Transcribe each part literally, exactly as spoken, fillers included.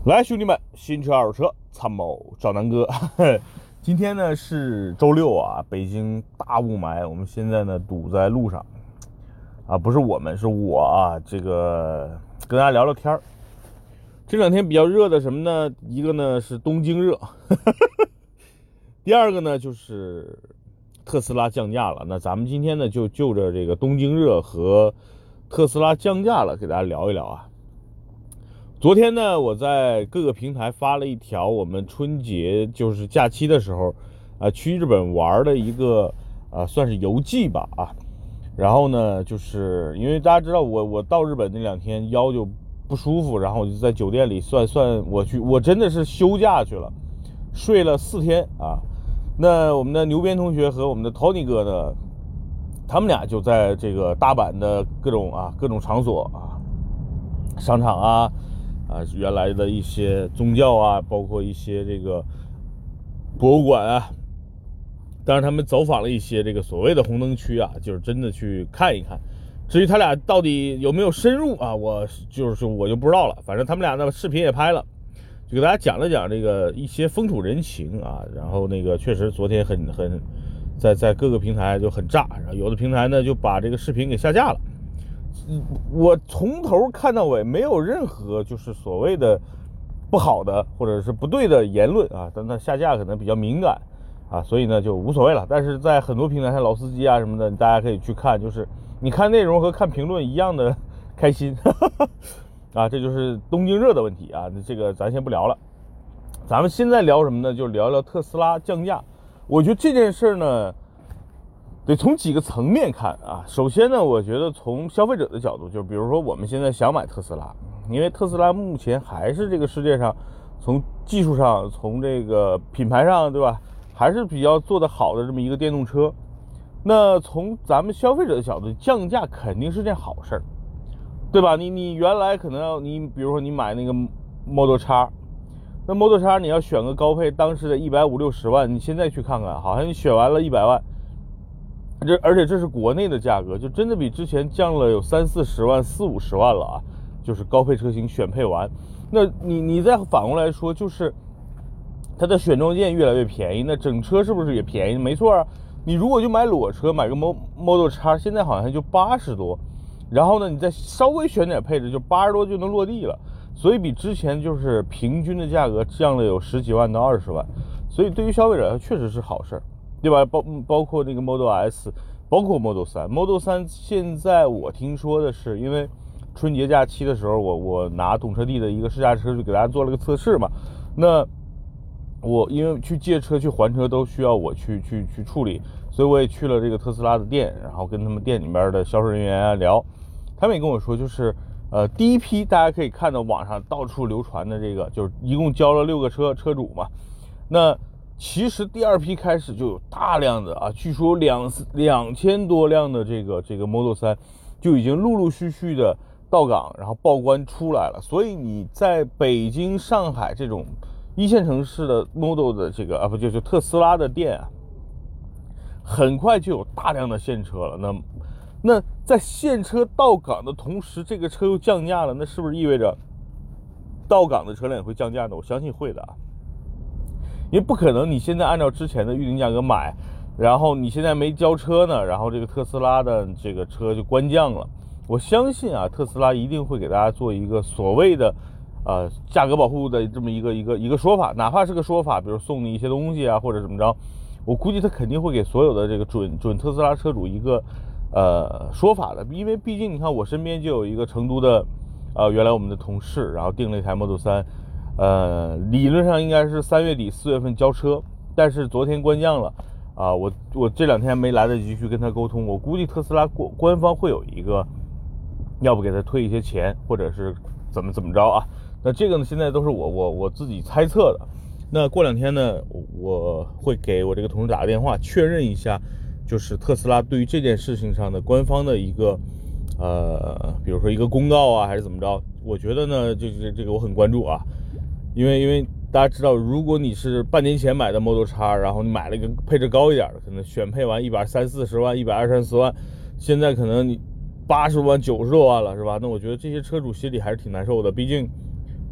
来，兄弟们，新车二手车参谋找南哥。今天呢是周六啊，北京大雾霾，我们现在呢堵在路上啊，不是我们，是我啊。这个跟大家聊聊天儿。这两天比较热的什么呢？一个呢是东京热，第二个呢就是特斯拉降价了。那咱们今天呢就就着这个东京热和特斯拉降价了，给大家聊一聊啊。昨天呢，我在各个平台发了一条我们春节就是假期的时候，啊、呃，去日本玩的一个啊、呃，算是游记吧啊。然后呢，就是因为大家知道我我到日本那两天腰就不舒服，然后我就在酒店里算算我去，我真的是休假去了，睡了四天啊。那我们的牛鞭同学和我们的 Tony 哥呢，他们俩就在这个大阪的各种啊各种场所啊，商场啊。啊，原来的一些宗教啊，包括一些这个博物馆啊，当然他们走访了一些这个所谓的红灯区啊，就是真的去看一看。至于他俩到底有没有深入啊，我就是我就不知道了。反正他们俩的视频也拍了，就给大家讲了讲这个一些风土人情啊。然后那个确实昨天很很在在各个平台就很炸，然后有的平台呢就把这个视频给下架了。我从头看到尾没有任何就是所谓的不好的或者是不对的言论啊，但它下架可能比较敏感啊，所以呢就无所谓了。但是在很多平台上，老司机啊什么的，大家可以去看，就是你看内容和看评论一样的开心啊，这就是东京热的问题啊，这个咱先不聊了。咱们现在聊什么呢？就聊聊特斯拉降价。我觉得这件事呢得从几个层面看啊。首先呢，我觉得从消费者的角度，就比如说我们现在想买特斯拉，因为特斯拉目前还是这个世界上从技术上，从这个品牌上，对吧，还是比较做得好的这么一个电动车。那从咱们消费者的角度，降价肯定是件好事儿，对吧？你你原来可能要你比如说你买那个 Model X， 那 Model X 你要选个高配，当时的一百五六十万，你现在去看看，好像你选完了一百万。这而且这是国内的价格，就真的比之前降了有三四十万、四五十万了啊！就是高配车型选配完，那你你再反过来说，就是它的选装件越来越便宜，那整车是不是也便宜？没错啊，你如果就买裸车，买个 Model X， 现在好像就八十多，然后呢，你再稍微选点配置，就八十多就能落地了，所以比之前就是平均的价格降了有十几万到二十万，所以对于消费者确实是好事儿。对吧？包包括那个 Model S， 包括 Model 三 ，Model 三现在我听说的是，因为春节假期的时候，我我拿懂车帝的一个试驾车去给大家做了个测试嘛。那我因为去借车去还车都需要我去去去处理，所以我也去了这个特斯拉的店，然后跟他们店里面的销售人员啊聊，他们也跟我说，就是呃第一批大家可以看到网上到处流传的这个，就是一共交了六个车车主嘛，那。其实第二批开始就有大量的啊，据说两两千多辆的这个这个 Model 三就已经陆陆续续的到港，然后报关出来了。所以你在北京、上海这种一线城市的 Model 的这个啊不就就特斯拉的店啊，很快就有大量的现车了。那那在现车到港的同时，这个车又降价了，那是不是意味着到港的车辆也会降价呢？我相信会的啊。因为不可能你现在按照之前的预定价格买，然后你现在没交车呢，然后这个特斯拉的这个车就官降了。我相信啊，特斯拉一定会给大家做一个所谓的呃价格保护的这么一个一个一个说法，哪怕是个说法，比如送你一些东西啊，或者怎么着，我估计他肯定会给所有的这个准准特斯拉车主一个呃说法的。因为毕竟你看我身边就有一个成都的呃原来我们的同事，然后订了一台 Model 三。呃，理论上应该是三月底四月份交车，但是昨天官降了啊！我我这两天没来得及去跟他沟通，我估计特斯拉官官方会有一个，要不给他退一些钱，或者是怎么怎么着啊？那这个呢，现在都是我我我自己猜测的。那过两天呢，我会给我这个同事打个电话确认一下，就是特斯拉对于这件事情上的官方的一个呃，比如说一个公告啊，还是怎么着？我觉得呢，就是这个我很关注啊。因为因为大家知道，如果你是半年前买的 Model X， 然后你买了一个配置高一点的，可能选配完一百三四十万、一百二三十万，现在可能你八十万、九十多万了，是吧？那我觉得这些车主心里还是挺难受的，毕竟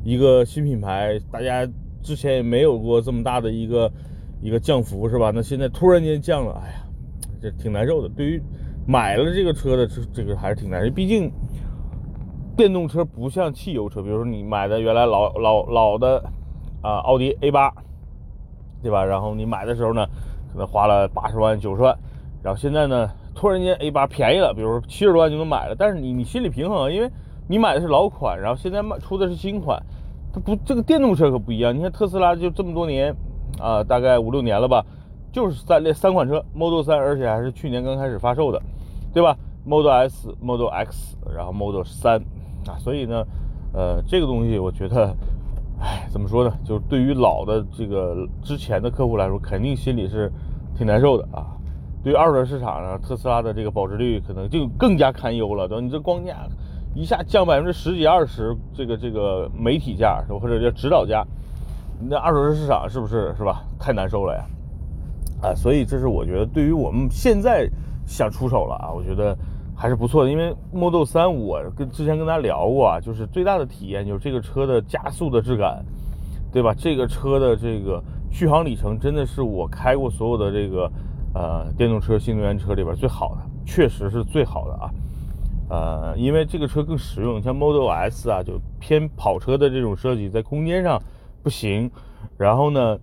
一个新品牌，大家之前也没有过这么大的一个一个降幅，是吧？那现在突然间降了，哎呀，这挺难受的。对于买了这个车的这这个还是挺难受，毕竟电动车不像汽油车，比如说你买的原来老老老的啊奥迪 A 八，对吧？然后你买的时候呢，可能花了八十万九十万，然后现在呢，突然间 A 八便宜了，比如说七十多万就能买了，但是你你心里平衡啊，因为你买的是老款，然后现在卖出的是新款，它不这个电动车可不一样。你看特斯拉就这么多年啊，大概五六年了吧，就是三列三款车 Model 三，而且还是去年刚开始发售的，对吧 ？Model S、Model X， 然后 Model 三啊，所以呢，呃，这个东西我觉得。哎，怎么说呢？就是对于老的这个之前的客户来说，肯定心里是挺难受的啊。对于二手车市场呢，特斯拉的这个保值率可能就更加堪忧了。对吧？你这光价一下降百分之十几二十，这个这个媒体价或者叫指导价，那二手车市场是不是是吧？太难受了呀！啊，所以这是我觉得对于我们现在想出手了啊，我觉得还是不错的。因为 Model 三我跟之前跟大家聊过啊，就是最大的体验就是这个车的加速的质感，对吧？这个车的这个续航里程真的是我开过所有的这个呃电动车新能源车里边最好的，确实是最好的啊。呃，因为这个车更实用，像 Model S 啊就偏跑车的这种设计，在空间上不行。然后呢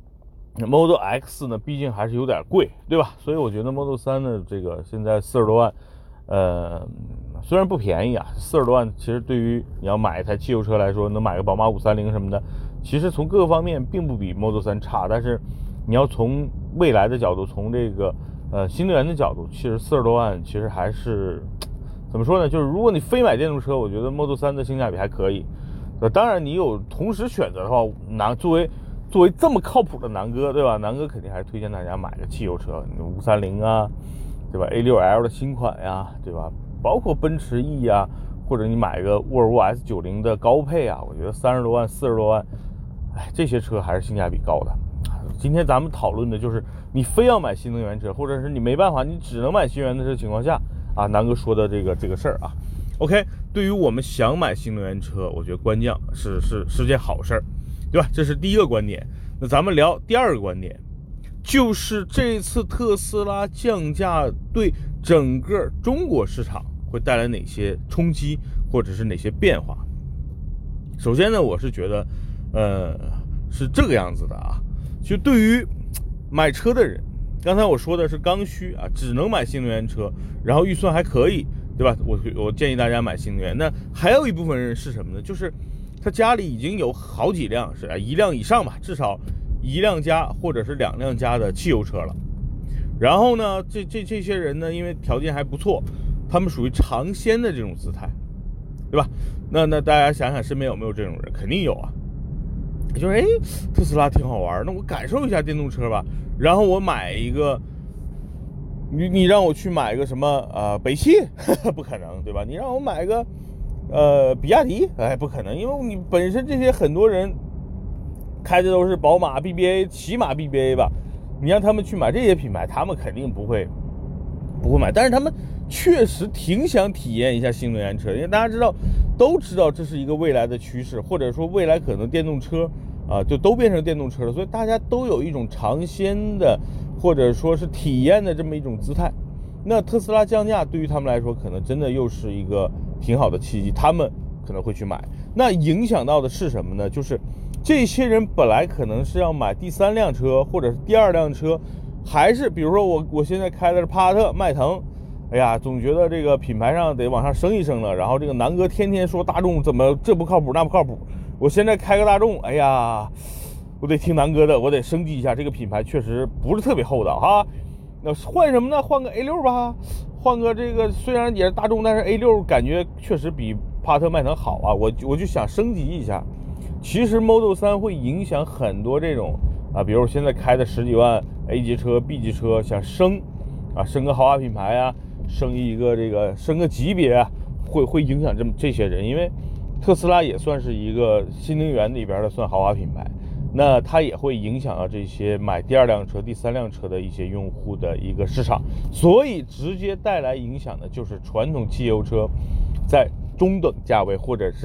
，Model X 呢，毕竟还是有点贵，对吧？所以我觉得 Model 三呢，这个现在四十多万。呃，虽然不便宜啊，四十多万，其实对于你要买一台汽油车来说，能买个宝马五三零什么的，其实从各个方面并不比 Model 三差。但是你要从未来的角度，从这个呃新能源的角度，其实四十多万其实还是怎么说呢？就是如果你非买电动车，我觉得 Model 三的性价比还可以。呃，当然你有同时选择的话，南作为作为这么靠谱的南哥，对吧？南哥肯定还是推荐大家买个汽油车，五三零啊。对吧 ？A 六 L 的新款呀，对吧？包括奔驰 E 呀，或者你买个沃尔沃 S 九十 的高配啊，我觉得三十多万、四十多万，哎，这些车还是性价比高的。今天咱们讨论的就是你非要买新能源车，或者是你没办法，你只能买新能源车情况下啊，南哥说的这个这个事儿啊。OK， 对于我们想买新能源车，我觉得官降是是是件好事儿，对吧？这是第一个观点。那咱们聊第二个观点。就是这次特斯拉降价对整个中国市场会带来哪些冲击，或者是哪些变化？首先呢，我是觉得，呃，是这个样子的啊。就对于买车的人，刚才我说的是刚需啊，只能买新能源车，然后预算还可以，对吧？我我建议大家买新能源。那还有一部分人是什么呢？就是他家里已经有好几辆，是啊，一辆以上吧，至少。一辆加或者是两辆加的汽油车了，然后呢，这这这些人呢，因为条件还不错，他们属于尝鲜的这种姿态，对吧？那那大家想想身边有没有这种人？肯定有啊。就是哎，特斯拉挺好玩，那我感受一下电动车吧。然后我买一个，你你让我去买个什么呃北汽，呵呵不可能，对吧？你让我买个呃比亚迪，哎，不可能，因为你本身这些很多人。开的都是宝马 B B A， 起码 B B A 吧，你让他们去买这些品牌，他们肯定不会不会买，但是他们确实挺想体验一下新能源车，因为大家知道都知道这是一个未来的趋势，或者说未来可能电动车啊就都变成电动车了，所以大家都有一种尝鲜的或者说是体验的这么一种姿态。那特斯拉降价对于他们来说，可能真的又是一个挺好的契机，他们可能会去买。那影响到的是什么呢？就是这些人本来可能是要买第三辆车或者是第二辆车，还是比如说我我现在开的是帕萨特、迈腾，哎呀，总觉得这个品牌上得往上升一升了。然后这个南哥天天说大众怎么这不靠谱那不靠谱，我现在开个大众，哎呀，我得听南哥的，我得升级一下，这个品牌确实不是特别厚道哈。那换什么呢？换个 A 六 吧，换个这个虽然也是大众，但是 A 六 感觉确实比帕萨特、迈腾好啊，我我就想升级一下。其实 Model 三会影响很多这种啊，比如现在开的十几万 A 级车、B 级车，想升啊，升个豪华品牌啊，升一个这个升个级别啊，会会影响这么这些人，因为特斯拉也算是一个新能源里边的算豪华品牌，那它也会影响到这些买第二辆车、第三辆车的一些用户的一个市场，所以直接带来影响的就是传统汽油车在中等价位或者是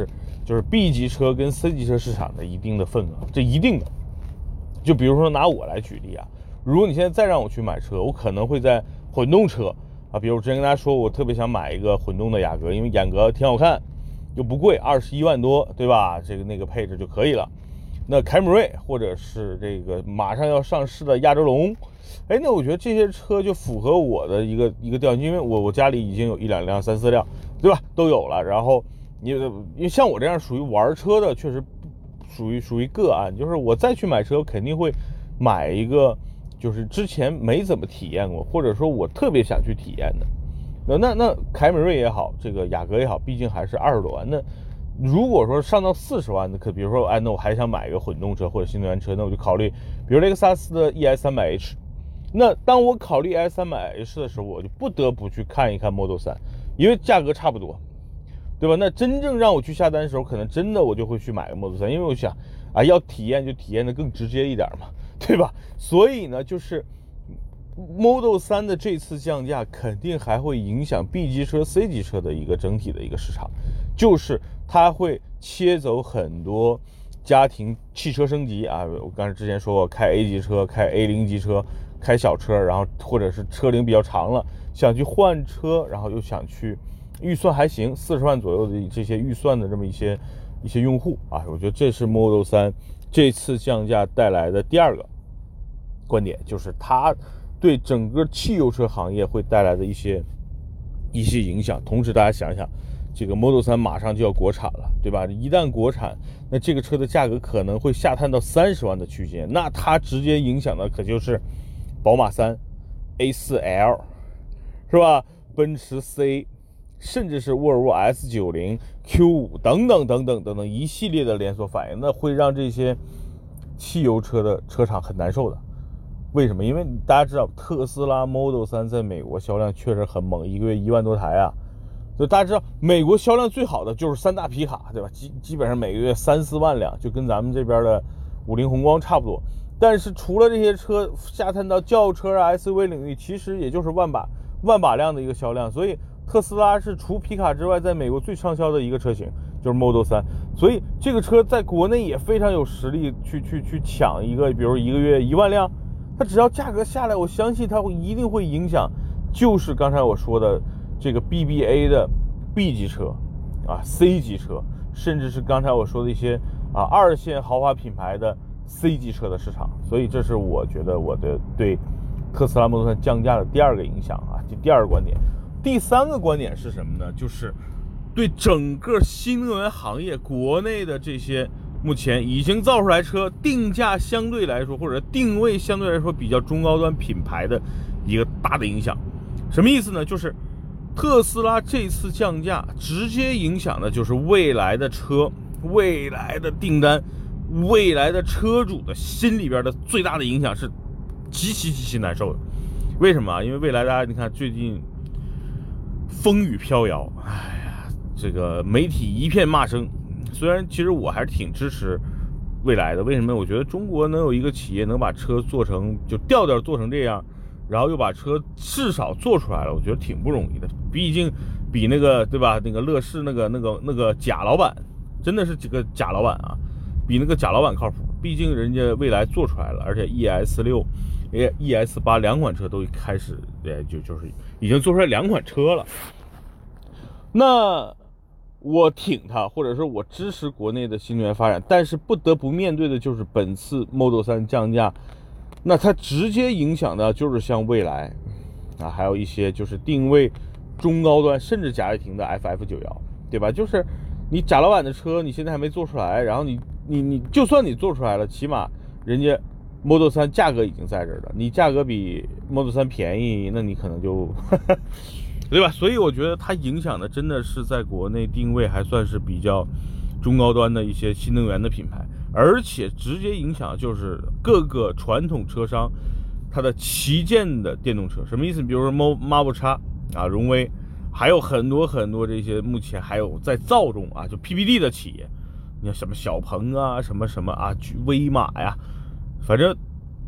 就是 B 级车跟 C 级车市场的一定的份额，这一定的。就比如说拿我来举例啊，如果你现在再让我去买车，我可能会在混动车啊，比如我之前跟大家说，我特别想买一个混动的雅阁，因为雅阁挺好看，又不贵，二十一万多，对吧？这个那个配置就可以了。那凯美瑞或者是这个马上要上市的亚洲龙，哎，那我觉得这些车就符合我的一个一个调性，因为我我家里已经有一两辆、三四辆，对吧？都有了。然后你因为像我这样属于玩车的，确实属于属于个案，就是我再去买车，我肯定会买一个就是之前没怎么体验过，或者说我特别想去体验的。那那那凯美瑞也好，这个雅阁也好，毕竟还是二十多万的。如果说上到四十万的，可比如说，哎，那我还想买一个混动车或者新能源车，那我就考虑，比如雷克萨斯的 E S 三百 H。那当我考虑 E S 三百 H 的时候，我就不得不去看一看 Model 三，因为价格差不多，对吧？那真正让我去下单的时候，可能真的我就会去买个 Model 三，因为我想啊，要体验就体验的更直接一点嘛，对吧？所以呢，就是 Model 三的这次降价，肯定还会影响 B 级车、C 级车的一个整体的一个市场，就是它会切走很多家庭汽车升级啊。我刚才之前说过，开 A 级车、开 A 零级车、开小车，然后或者是车龄比较长了，想去换车，然后又想去预算还行，四十万左右的这些预算的这么一些一些用户啊，我觉得这是 Model 三这次降价带来的第二个观点，就是它对整个汽油车行业会带来的一些一些影响。同时大家想想，这个 Model 三马上就要国产了，对吧？一旦国产，那这个车的价格可能会下探到三十万的区间，那它直接影响的可就是宝马三 A 四 L 是吧？奔驰 C， 甚至是沃尔沃 S 九十 Q 五 等等等等等等一系列的连锁反应，那会让这些汽油车的车厂很难受的。为什么？因为大家知道特斯拉 Model 三在美国销量确实很猛，一个月一万多台啊。所以大家知道美国销量最好的就是三大皮卡，对吧？基基本上每个月三四万辆，就跟咱们这边的五菱宏光差不多。但是除了这些车下探到轿车啊 S U V 领域，其实也就是万把万把辆的一个销量。所以特斯拉是除皮卡之外在美国最畅销的一个车型，就是 Model 三。所以这个车在国内也非常有实力去去去抢一个，比如一个月一万辆。它只要价格下来，我相信它会一定会影响，就是刚才我说的这个 B B A 的 B 级车啊 C 级车，甚至是刚才我说的一些啊二线豪华品牌的 C 级车的市场。所以这是我觉得我的对特斯拉 Model 三降价的第二个影响啊，这第二个观点。第三个观点是什么呢？就是对整个新能源行业国内的这些目前已经造出来车定价相对来说或者定位相对来说比较中高端品牌的一个大的影响。什么意思呢？就是特斯拉这次降价直接影响的就是未来的车、未来的订单、未来的车主的心里边的最大的影响是极其极其难受的。为什么？因为未来大家你看最近风雨飘摇，哎呀，这个媒体一片骂声。虽然其实我还是挺支持未来的，为什么？我觉得中国能有一个企业能把车做成就调调做成这样，然后又把车至少做出来了，我觉得挺不容易的。毕竟比那个对吧，那个乐视那个那个那个假老板，真的是几个假老板啊，比那个假老板靠谱。毕竟人家未来做出来了，而且 E S 六、E S 八两款车都开始，对，就就是已经做出来两款车了。那我挺它，或者说我支持国内的新能源发展，但是不得不面对的就是本次 Model 三降价，那它直接影响的就是像蔚来啊，还有一些就是定位中高端甚至贾跃亭的 F F 九十， 对吧？就是你贾老板的车你现在还没做出来，然后你你你就算你做出来了，起码人家 Model 三价格已经在这儿了，你价格比 Model 三便宜，那你可能就呵呵对吧？所以我觉得它影响的真的是在国内定位还算是比较中高端的一些新能源的品牌，而且直接影响就是各个传统车商它的旗舰的电动车。什么意思？比如说 Marvel X 啊、荣威，还有很多很多这些目前还有在造中啊，就 P P D 的企业，你看什么小鹏啊，什么什么啊，威马呀，反正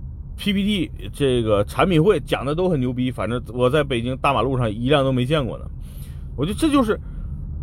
P P T 这个产品会讲的都很牛逼，反正我在北京大马路上一辆都没见过呢。我觉得这就是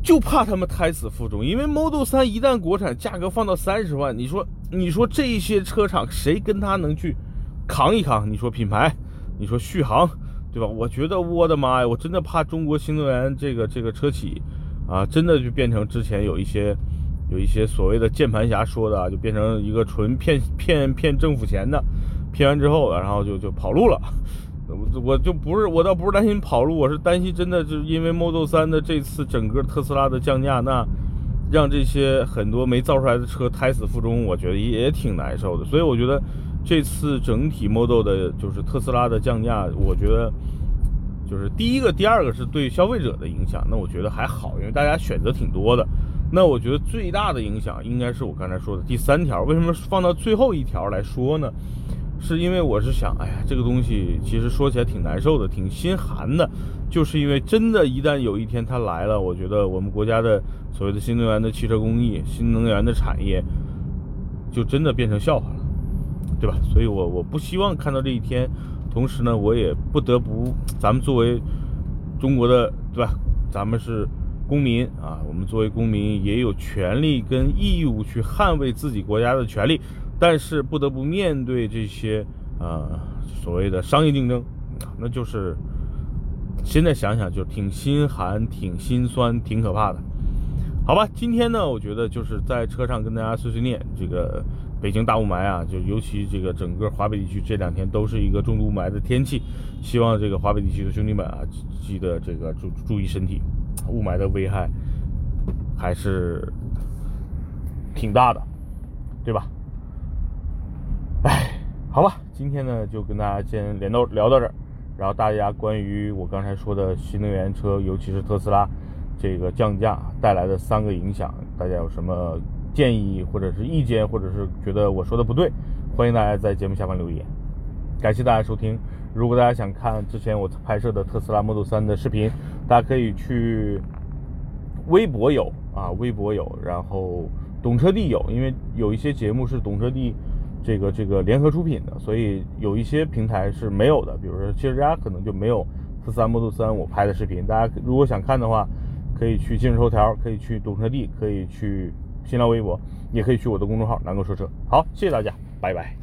就怕他们胎死腹中，因为 Model 三一旦国产价格放到三十万，你说你说这些车厂谁跟他能去扛一扛？你说品牌，你说续航，对吧？我觉得我的妈呀，我真的怕中国新能源这个这个车企啊，真的就变成之前有一些有一些所谓的键盘侠说的啊，就变成一个纯骗骗骗政府钱的，骗完之后然后就就跑路了。我就不是，我倒不是担心跑路，我是担心真的就是因为 Model 三的这次整个特斯拉的降价，那让这些很多没造出来的车胎死腹中，我觉得也挺难受的。所以我觉得这次整体 Model 的就是特斯拉的降价，我觉得就是第一个第二个是对消费者的影响，那我觉得还好，因为大家选择挺多的。那我觉得最大的影响应该是我刚才说的第三条。为什么放到最后一条来说呢？是因为我是想，哎呀，这个东西其实说起来挺难受的，挺心寒的，就是因为真的，一旦有一天它来了，我觉得我们国家的所谓的新能源的汽车工艺、新能源的产业，就真的变成笑话了，对吧？所以我我不希望看到这一天，同时呢，我也不得不，咱们作为中国的，对吧？咱们是公民啊，我们作为公民也有权利跟义务去捍卫自己国家的权利。但是不得不面对这些呃所谓的商业竞争，那就是现在想想就挺心寒、挺心酸、挺可怕的。好吧，今天呢，我觉得就是在车上跟大家碎碎念，这个北京大雾霾啊，就尤其这个整个华北地区这两天都是一个重度雾霾的天气，希望这个华北地区的兄弟们啊，记得这个注注意身体，雾霾的危害还是挺大的，对吧？哎，好吧，今天呢就跟大家先连到聊到这儿，然后大家关于我刚才说的新能源车，尤其是特斯拉这个降价带来的三个影响，大家有什么建议或者是意见，或者是觉得我说的不对，欢迎大家在节目下方留言。感谢大家收听，如果大家想看之前我拍摄的特斯拉 Model 三的视频，大家可以去微博有啊，微博有，然后懂车帝有，因为有一些节目是懂车帝这个这个联合出品的，所以有一些平台是没有的，比如说汽车之家可能就没有特斯拉 Model 三我拍的视频。大家如果想看的话，可以去今日头条，可以去懂车帝，可以去新浪微博，也可以去我的公众号南哥说车。好，谢谢大家，拜拜。